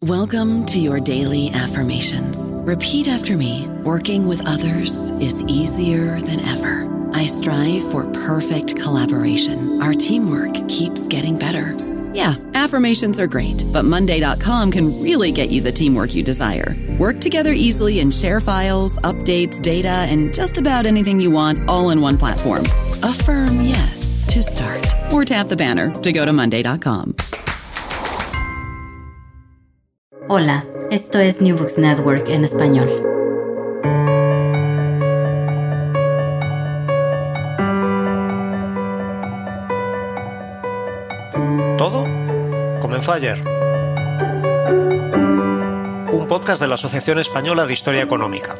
Welcome to your daily affirmations. Repeat after me. Working with others is easier than ever. I strive for perfect collaboration. Our teamwork keeps getting better. Yeah, affirmations are great, but Monday.com can really get you the teamwork you desire. Work together easily and share files, updates, data, and just about anything you want all in one platform. Affirm yes to start. Or tap the banner to go to Monday.com. Hola, esto es New Books Network en español. Todo comenzó ayer. Un podcast de la Asociación Española de Historia Económica.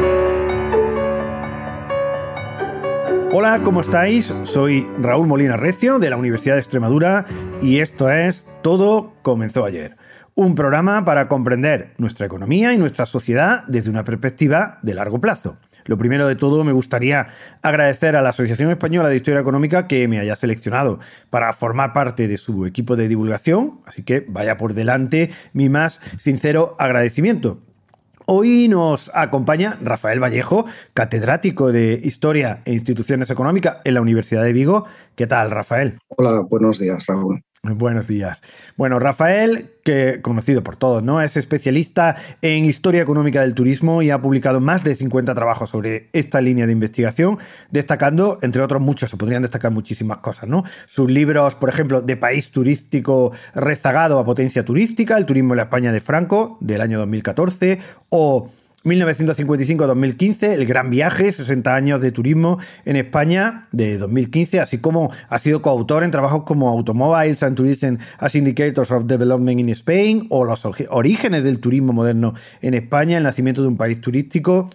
Hola, ¿cómo estáis? Soy Raúl Molina Recio de la Universidad de Extremadura y esto es Todo comenzó ayer. Un programa para comprender nuestra economía y nuestra sociedad desde una perspectiva de largo plazo. Lo primero de todo, me gustaría agradecer a la Asociación Española de Historia Económica que me haya seleccionado para formar parte de su equipo de divulgación, así que vaya por delante mi más sincero agradecimiento. Hoy nos acompaña Rafael Vallejo, catedrático de Historia e Instituciones Económicas en la Universidad de Vigo. ¿Qué tal, Rafael? Hola, buenos días, Raúl. Buenos días. Bueno, Rafael, que conocido por todos, ¿no? Es especialista en historia económica del turismo y ha publicado más de 50 trabajos sobre esta línea de investigación, destacando, entre otros muchos, se podrían destacar muchísimas cosas, ¿no? Sus libros, por ejemplo, De país turístico rezagado a potencia turística, El turismo en la España de Franco, del año 2014, o 1955-2015, El gran viaje, 60 años de turismo en España, de 2015, así como ha sido coautor en trabajos como Automobiles and Tourism as Indicators of Development in Spain o Los orígenes del turismo moderno en España, El nacimiento de un país turístico,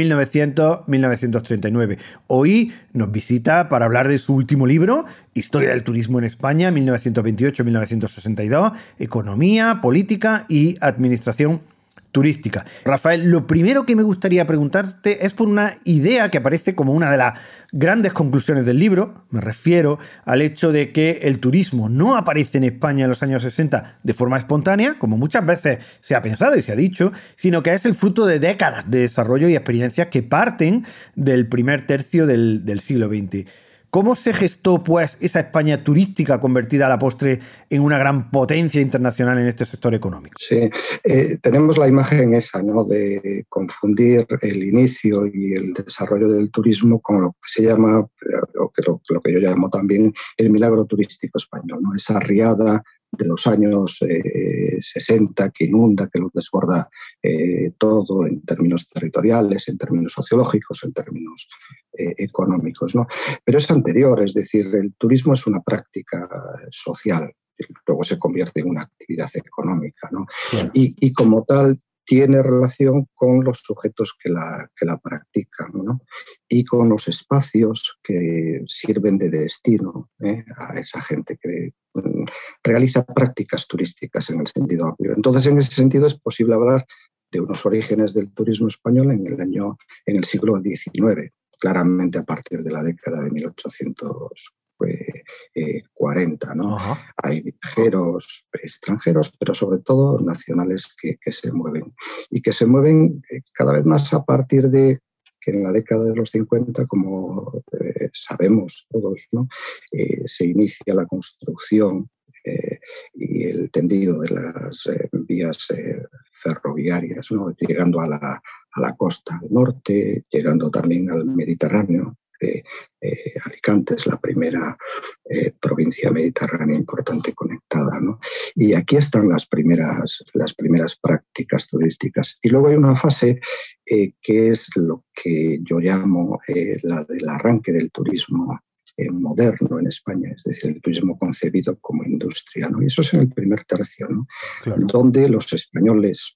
1900-1939. Hoy nos visita para hablar de su último libro, Historia del turismo en España, 1928-1962, Economía, Política y Administración turística. Rafael, lo primero que me gustaría preguntarte es por una idea que aparece como una de las grandes conclusiones del libro. Me refiero al hecho de que el turismo no aparece en España en los años 60 de forma espontánea, como muchas veces se ha pensado y se ha dicho, sino que es el fruto de décadas de desarrollo y experiencias que parten del primer tercio del siglo XX. ¿Cómo se gestó, pues, esa España turística convertida a la postre en una gran potencia internacional en este sector económico? Sí, tenemos la imagen esa, ¿no?, de confundir el inicio y el desarrollo del turismo con lo que se llama, lo que yo llamo también el milagro turístico español, ¿no? Esa riada de los años 60 que inunda, que lo desborda todo en términos territoriales, en términos sociológicos, en términos económicos, ¿no? Pero es anterior, es decir, el turismo es una práctica social, luego se convierte en una actividad económica, ¿no? Claro. Y como tal tiene relación con los sujetos que la practican, ¿no? Y con los espacios que sirven de destino a esa gente que realiza prácticas turísticas en el sentido amplio. Entonces, en ese sentido es posible hablar de unos orígenes del turismo español en el siglo XIX, claramente a partir de la década de 1840, ¿no? Uh-huh. Hay viajeros extranjeros, pero sobre todo nacionales que se mueven. Y que se mueven cada vez más a partir de que en la década de los 50, como sabemos todos, ¿no?, se inicia la construcción y el tendido de las vías ferroviarias, ¿no?, llegando a la costa norte, llegando también al Mediterráneo. Alicante es la primera provincia mediterránea importante conectada, ¿no? Y aquí están las primeras prácticas turísticas. Y luego hay una fase que es lo que yo llamo la del arranque del turismo moderno en España, es decir, el turismo concebido como industria, ¿no? Y eso es en el primer tercio, ¿no? Claro. Donde los españoles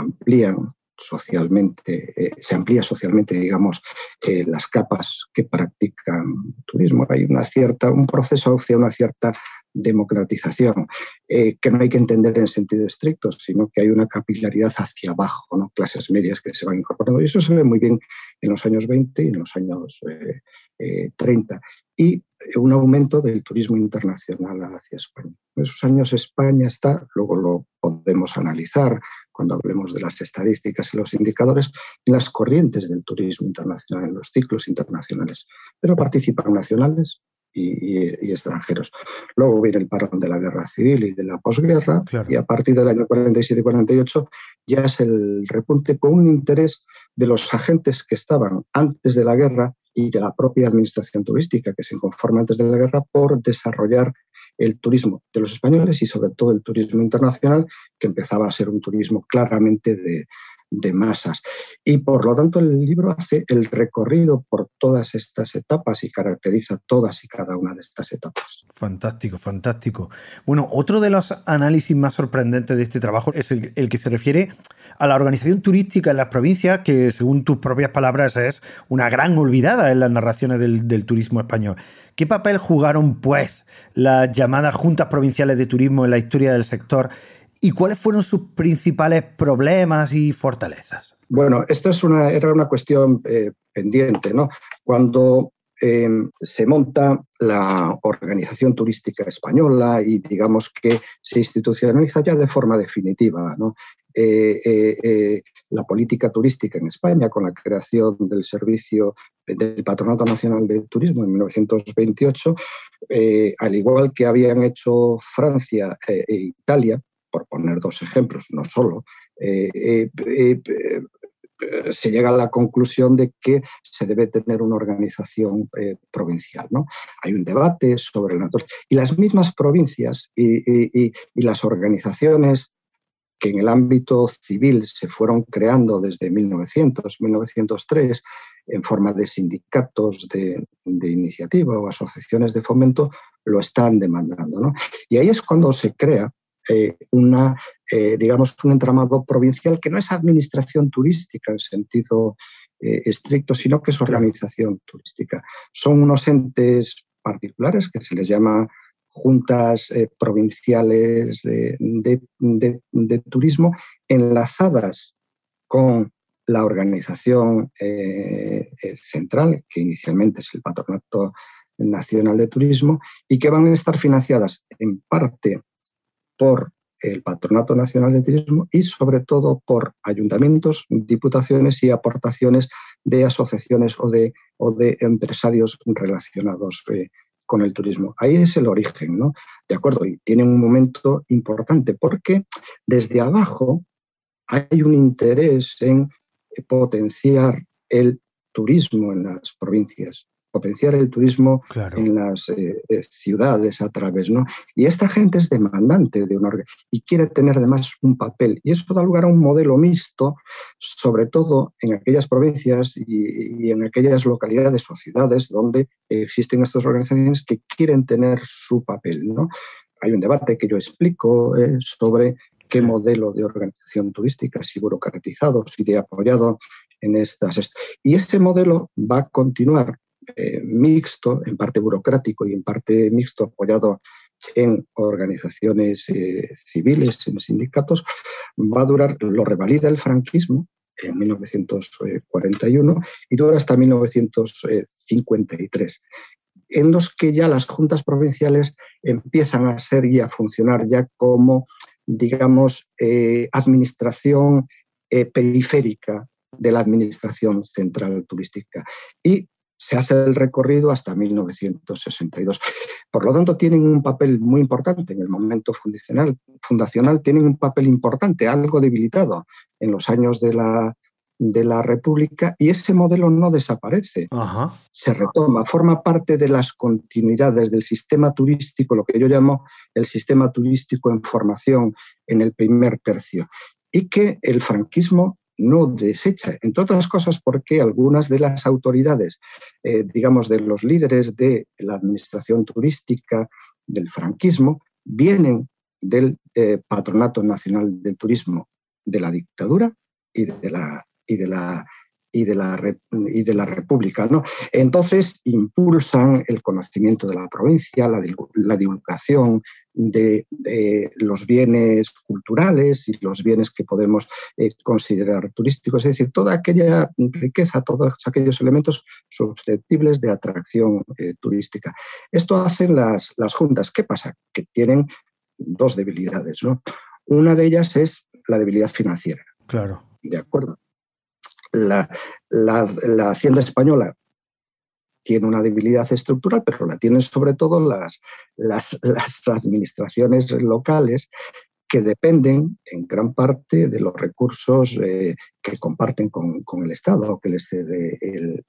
se amplía socialmente, digamos, las capas que practican turismo. Hay un proceso hacia una cierta democratización, que no hay que entender en sentido estricto, sino que hay una capilaridad hacia abajo, ¿no? Clases medias que se van incorporando. Y eso se ve muy bien en los años 20 y en los años 30. y un aumento del turismo internacional hacia España. En esos años España está, luego lo podemos analizar cuando hablemos de las estadísticas y los indicadores, en las corrientes del turismo internacional, en los ciclos internacionales, pero participan nacionales y extranjeros. Luego viene el parón de la guerra civil y de la posguerra, claro. Y a partir del año 47-48 ya es el repunte con un interés de los agentes que estaban antes de la guerra y de la propia administración turística que se conforma antes de la guerra por desarrollar el turismo de los españoles y sobre todo el turismo internacional, que empezaba a ser un turismo claramente de masas. Y por lo tanto el libro hace el recorrido por todas estas etapas y caracteriza todas y cada una de estas etapas. Fantástico, fantástico. Bueno, otro de los análisis más sorprendentes de este trabajo es el que se refiere a la organización turística en las provincias, que según tus propias palabras es una gran olvidada en las narraciones del turismo español. ¿Qué papel jugaron, pues, las llamadas juntas provinciales de turismo en la historia del sector? ¿Y cuáles fueron sus principales problemas y fortalezas? Bueno, esto era una cuestión pendiente, ¿no? Cuando se monta la organización turística española y digamos que se institucionaliza ya de forma definitiva, ¿no? La política turística en España con la creación del servicio del Patronato Nacional de Turismo en 1928, al igual que habían hecho Francia e Italia, por poner dos ejemplos, no solo, se llega a la conclusión de que se debe tener una organización provincial, ¿no? Hay un debate sobre el natural. Y las mismas provincias y las organizaciones que en el ámbito civil se fueron creando desde 1900, 1903, en forma de sindicatos de iniciativa o asociaciones de fomento, lo están demandando, ¿no? Y ahí es cuando se crea digamos, un entramado provincial que no es administración turística en sentido estricto, sino que es organización turística. Son unos entes particulares que se les llama juntas provinciales de turismo, enlazadas con la organización central, que inicialmente es el Patronato Nacional de Turismo, y que van a estar financiadas en parte por el Patronato Nacional de Turismo y sobre todo por ayuntamientos, diputaciones y aportaciones de asociaciones o de empresarios relacionados con el turismo. Ahí es el origen, ¿no? De acuerdo, y tiene un momento importante porque desde abajo hay un interés en potenciar el turismo en las provincias, potenciar el turismo, claro, en las ciudades a través, ¿no? Y esta gente es demandante de una y quiere tener además un papel. Y eso da lugar a un modelo mixto, sobre todo en aquellas provincias y en aquellas localidades o ciudades donde existen estas organizaciones que quieren tener su papel, ¿no? Hay un debate que yo explico sobre qué modelo de organización turística, si burocratizado, si de apoyado en estas. Y ese modelo va a continuar mixto, en parte burocrático y en parte mixto apoyado en organizaciones civiles, en sindicatos, va a durar, lo revalida el franquismo en 1941 y dura hasta 1953, en los que ya las juntas provinciales empiezan a ser y a funcionar ya como, digamos, administración periférica de la administración central turística. Y se hace el recorrido hasta 1962. Por lo tanto, tienen un papel muy importante en el momento fundacional, tienen un papel importante, algo debilitado en los años de la República, y ese modelo no desaparece. Ajá. Se retoma, forma parte de las continuidades del sistema turístico, lo que yo llamo el sistema turístico en formación en el primer tercio, y que el franquismo no desecha, entre otras cosas porque algunas de las autoridades, digamos, de los líderes de la administración turística del franquismo, vienen del Patronato Nacional del Turismo de la dictadura y de la República, ¿no? Entonces impulsan el conocimiento de la provincia, la divulgación de los bienes culturales y los bienes que podemos considerar turísticos, es decir, toda aquella riqueza, todos aquellos elementos susceptibles de atracción turística. Esto hacen las juntas. ¿Qué pasa? Que tienen dos debilidades, ¿no? Una de ellas es la debilidad financiera. Claro. ¿De acuerdo? La Hacienda española tiene una debilidad estructural, pero la tienen sobre todo las administraciones locales, que dependen en gran parte de los recursos que comparten con el Estado o que les cede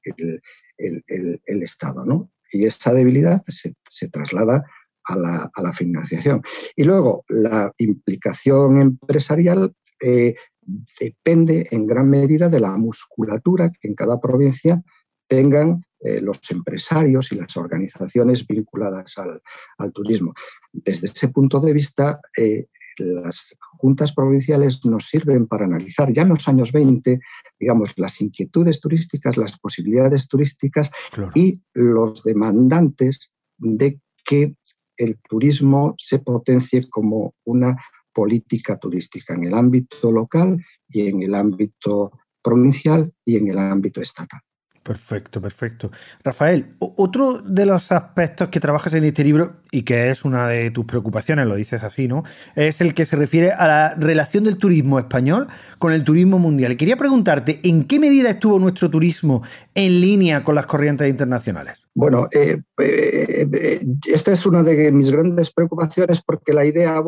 el Estado, ¿no? Y esa debilidad se traslada a la financiación. Y luego la implicación empresarial depende en gran medida de la musculatura que en cada provincia tengan los empresarios y las organizaciones vinculadas al turismo. Desde ese punto de vista, las juntas provinciales nos sirven para analizar ya en los años 20, digamos, las inquietudes turísticas, las posibilidades turísticas, claro, y los demandantes de que el turismo se potencie como una política turística en el ámbito local y en el ámbito provincial y en el ámbito estatal. Perfecto, perfecto. Rafael, otro de los aspectos que trabajas en este libro y que es una de tus preocupaciones, lo dices así, ¿no?, es el que se refiere a la relación del turismo español con el turismo mundial. Y quería preguntarte, ¿en qué medida estuvo nuestro turismo en línea con las corrientes internacionales? Bueno, esta es una de mis grandes preocupaciones porque la idea,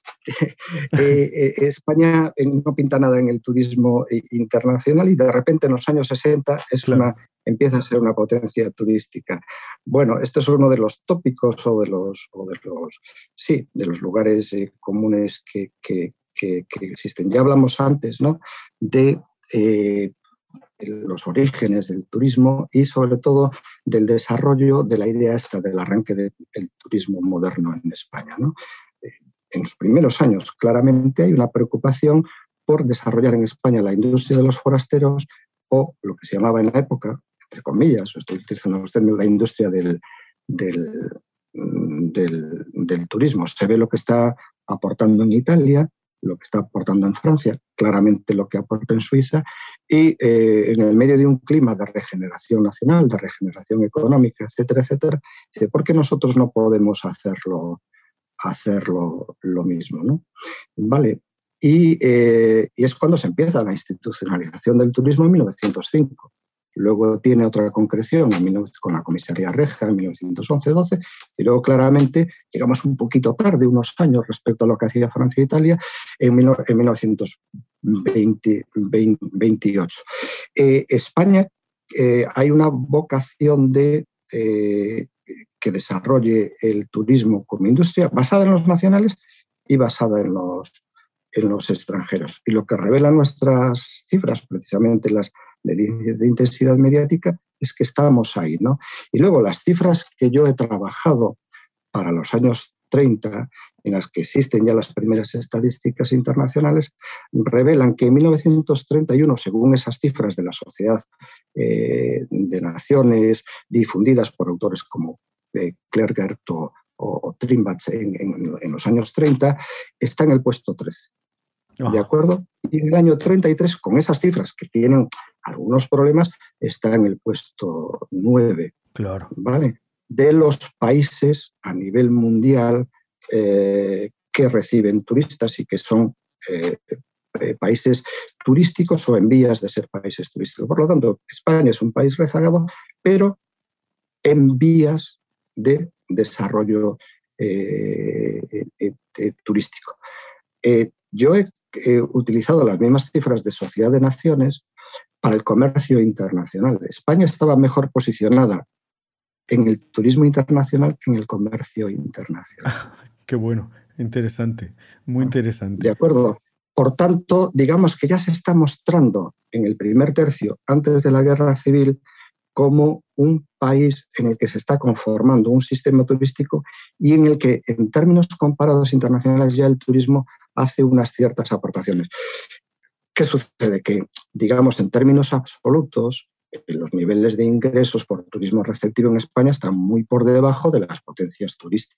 España no pinta nada en el turismo internacional y de repente en los años 60 claro, empieza a ser una potencia turística. Bueno, este es uno de los tópicos o de los lugares comunes que existen. Ya hablamos antes, ¿no?, de los orígenes del turismo y sobre todo del desarrollo de la idea esta del arranque del turismo moderno en España, ¿no? En los primeros años claramente hay una preocupación por desarrollar en España la industria de los forasteros o lo que se llamaba en la época, entre comillas, estoy utilizando los términos, la industria del turismo. Se ve lo que está aportando en Italia, lo que está aportando en Francia, claramente lo que aporta en Suiza, y en el medio de un clima de regeneración nacional, de regeneración económica, etcétera, etcétera, ¿por qué nosotros no podemos hacerlo lo mismo, ¿no? Vale. Y es cuando se empieza la institucionalización del turismo en 1905. Luego tiene otra concreción con la Comisaría Reja en 1911-12 y luego claramente llegamos un poquito tarde, unos años respecto a lo que hacía Francia e Italia en 1928. España hay una vocación de que desarrolle el turismo como industria basada en los nacionales y basada en los extranjeros. Y lo que revelan nuestras cifras, precisamente las de intensidad mediática, es que estamos ahí, ¿no? Y luego las cifras que yo he trabajado para los años 30, en las que existen ya las primeras estadísticas internacionales, revelan que en 1931, según esas cifras de la Sociedad de Naciones difundidas por autores como Klergert o Trimbach en los años 30, está en el puesto 13. ¿De acuerdo? Y en el año 33, con esas cifras que tienen algunos problemas, está en el puesto 9. Claro. ¿Vale? De los países a nivel mundial que reciben turistas y que son países turísticos o en vías de ser países turísticos. Por lo tanto, España es un país rezagado, pero en vías de desarrollo turístico. Yo he utilizado las mismas cifras de Sociedad de Naciones para el comercio internacional. España estaba mejor posicionada en el turismo internacional que en el comercio internacional. Qué bueno, interesante, muy interesante. De acuerdo. Por tanto, digamos que ya se está mostrando en el primer tercio, antes de la Guerra Civil, como un país en el que se está conformando un sistema turístico y en el que, en términos comparados internacionales, ya el turismo hace unas ciertas aportaciones. ¿Qué sucede? Que, digamos, en términos absolutos, los niveles de ingresos por turismo receptivo en España están muy por debajo de las potencias turísticas.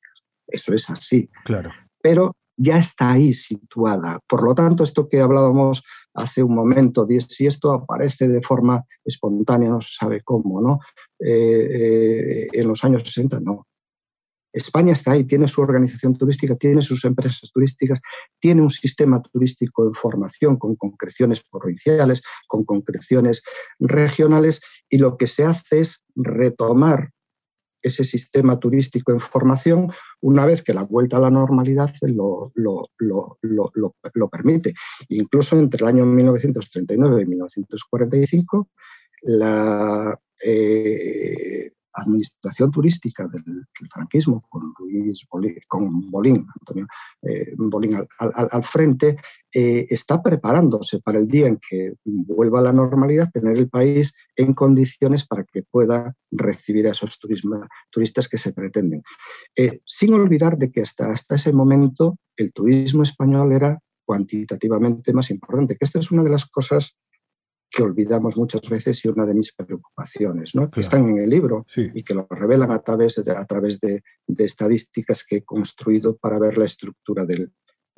Eso es así. Claro. Pero ya está ahí situada. Por lo tanto, esto que hablábamos hace un momento, si esto aparece de forma espontánea, no se sabe cómo, ¿no? En los años 60, no. España está ahí, tiene su organización turística, tiene sus empresas turísticas, tiene un sistema turístico en formación con concreciones provinciales, con concreciones regionales, y lo que se hace es retomar ese sistema turístico en formación una vez que la vuelta a la normalidad lo permite. Incluso entre el año 1939 y 1945, la administración turística del franquismo, con Antonio Bolín al frente, está preparándose para el día en que vuelva a la normalidad, tener el país en condiciones para que pueda recibir a esos turistas que se pretenden. Sin olvidar de que hasta ese momento el turismo español era cuantitativamente más importante, que esta es una de las cosas que olvidamos muchas veces y una de mis preocupaciones, ¿no? Que están en el libro, sí, y que lo revelan a través de estadísticas que he construido para ver la estructura del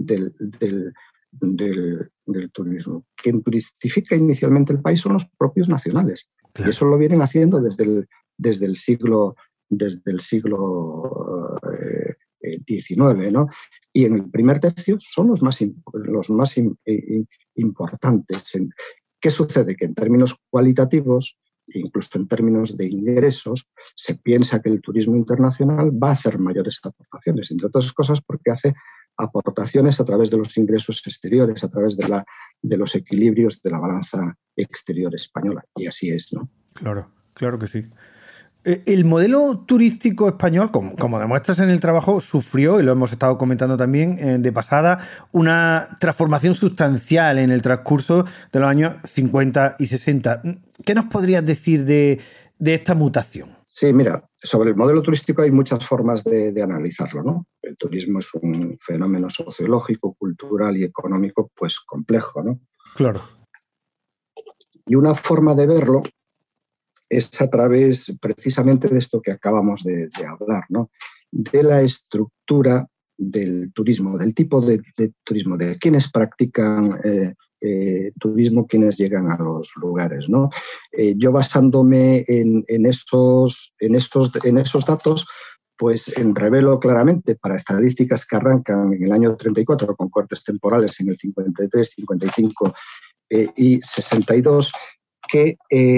turismo. Quien turistifica inicialmente el país son los propios nacionales. Claro. Y eso lo vienen haciendo desde el siglo XIX, ¿no? Y en el primer tercio son los más importantes. ¿Qué sucede? Que en términos cualitativos, incluso en términos de ingresos, se piensa que el turismo internacional va a hacer mayores aportaciones, entre otras cosas porque hace aportaciones a través de los ingresos exteriores, a través de los equilibrios de la balanza exterior española. Y así es, ¿no? Claro, claro que sí. El modelo turístico español, como demuestras en el trabajo, sufrió, y lo hemos estado comentando también de pasada, una transformación sustancial en el transcurso de los años 50 y 60. ¿Qué nos podrías decir de esta mutación? Sí, mira, sobre el modelo turístico hay muchas formas de analizarlo, ¿no? El turismo es un fenómeno sociológico, cultural y económico, pues complejo, ¿no? Claro. Y una forma de verlo es a través precisamente de esto que acabamos de hablar, ¿no? De la estructura del turismo, del tipo de turismo, de quienes practican turismo, quienes llegan a los lugares, ¿no? Yo basándome en esos datos, pues revelo claramente para estadísticas que arrancan en el año 34 con cortes temporales en el 53, 55 y 62 que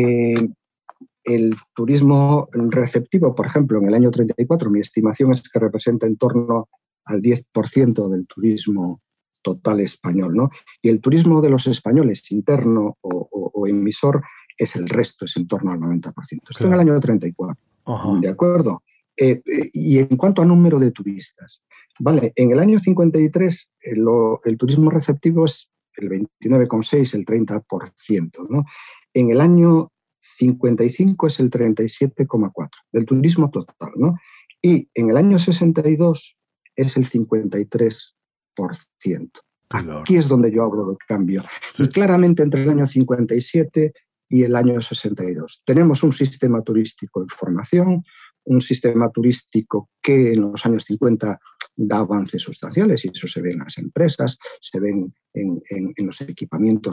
el turismo receptivo, por ejemplo, en el año 34, mi estimación es que representa en torno al 10% del turismo total español, ¿no? Y el turismo de los españoles, interno o emisor, es el resto, es en torno al 90%. Esto claro. En el año 34, ¿de acuerdo? Y en cuanto a número de turistas, vale, en el año 53 el turismo receptivo es el 29,6, el 30%, ¿no? En el año 55 es el 37,4 del turismo total, ¿no? Y en el año 62 es el 53%. Claro. Aquí es donde yo hablo de cambio. Sí. Y claramente entre el año 57 y el año 62 tenemos un sistema turístico en formación, un sistema turístico que en los años 50 da avances sustanciales, y eso se ve en las empresas, se ven en los equipamientos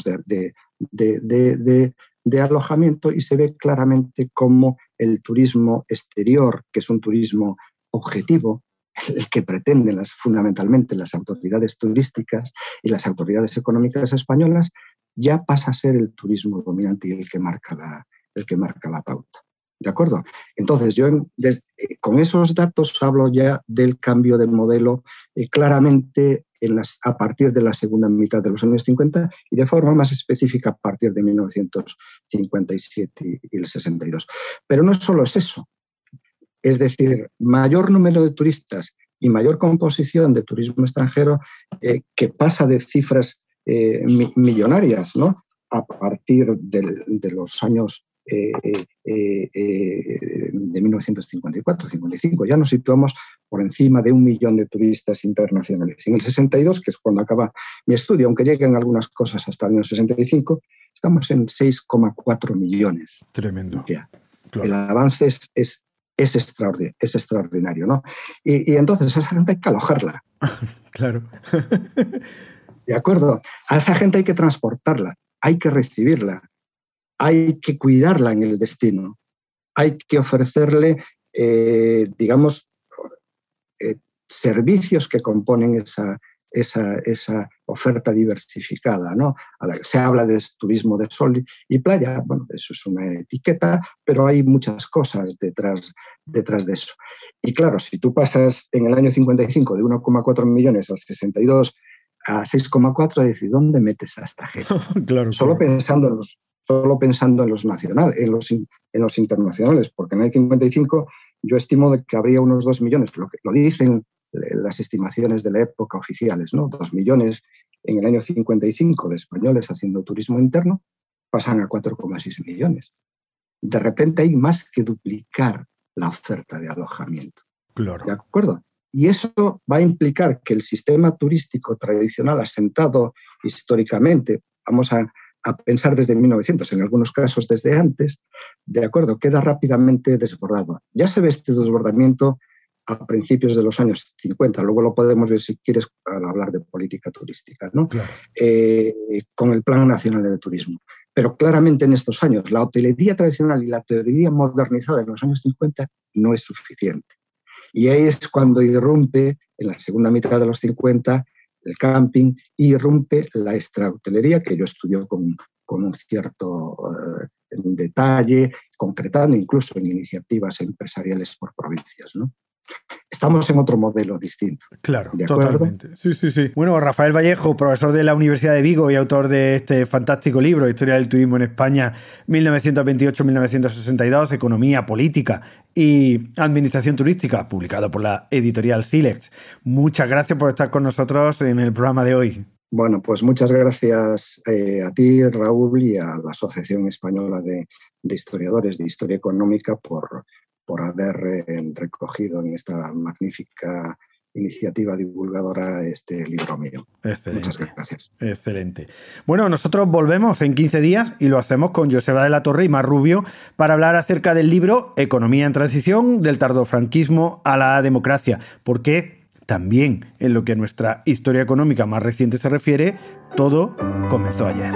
de alojamiento, y se ve claramente cómo el turismo exterior, que es un turismo objetivo, el que pretenden fundamentalmente las autoridades turísticas y las autoridades económicas españolas, ya pasa a ser el turismo dominante y el que marca la pauta. ¿De acuerdo? Entonces, yo con esos datos hablo ya del cambio de modelo claramente a partir de la segunda mitad de los años 50 y de forma más específica a partir de 1957 y el 62. Pero no solo es eso. Es decir, mayor número de turistas y mayor composición de turismo extranjero que pasa de cifras millonarias, ¿no? A partir de los años de 1954-55. Ya nos situamos por encima de 1 millón de turistas internacionales. En el 62, que es cuando acaba mi estudio, aunque lleguen algunas cosas hasta el año 65, estamos en 6,4 millones. Tremendo. Ya. Claro. El avance es es extraordinario, ¿no? Y entonces a esa gente hay que alojarla. Claro. ¿De acuerdo? A esa gente hay que transportarla, hay que recibirla, hay que cuidarla en el destino, hay que ofrecerle, servicios que componen esa oferta diversificada, ¿no? Se habla de turismo de sol y playa, bueno, eso es una etiqueta, pero hay muchas cosas detrás de eso. Y claro, si tú pasas en el año 55 de 1,4 millones al 62 a 6,4, es decir, ¿dónde metes a esta gente? Claro, solo pensando en los nacionales, en los internacionales, porque en el 55 yo estimo que habría unos 2 millones, lo dicen las estimaciones de la época oficiales, ¿no? 2 millones en el año 55 de españoles haciendo turismo interno, pasan a 4,6 millones. De repente hay más que duplicar la oferta de alojamiento. Claro. ¿De acuerdo? Y eso va a implicar que el sistema turístico tradicional asentado históricamente, vamos a pensar desde 1900, en algunos casos desde antes, ¿de acuerdo?, queda rápidamente desbordado. Ya se ve este desbordamiento a principios de los años 50, luego lo podemos ver si quieres al hablar de política turística, ¿no? Claro. Con el Plan Nacional de Turismo. Pero claramente en estos años la hotelería tradicional y la hotelería modernizada en los años 50 no es suficiente. Y ahí es cuando irrumpe, en la segunda mitad de los 50, el camping, y irrumpe la extrahotelería, que yo estudio con un cierto detalle, concretando incluso en iniciativas empresariales por provincias, ¿no? Estamos en otro modelo distinto. Claro, totalmente. Sí. Bueno, Rafael Vallejo, profesor de la Universidad de Vigo y autor de este fantástico libro, Historia del Turismo en España, 1928-1962, Economía, Política y Administración Turística, publicado por la editorial Silex. Muchas gracias por estar con nosotros en el programa de hoy. Bueno, pues muchas gracias a ti, Raúl, y a la Asociación Española de Historiadores de Historia Económica por haber recogido en esta magnífica iniciativa divulgadora este libro mío. Excelente. Muchas gracias. Excelente. Bueno, nosotros volvemos en 15 días y lo hacemos con Joseba de la Torre y Mar Rubio para hablar acerca del libro Economía en Transición, del tardofranquismo a la democracia, porque también en lo que a nuestra historia económica más reciente se refiere, todo comenzó ayer.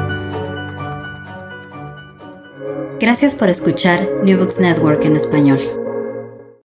Gracias por escuchar New Books Network en español.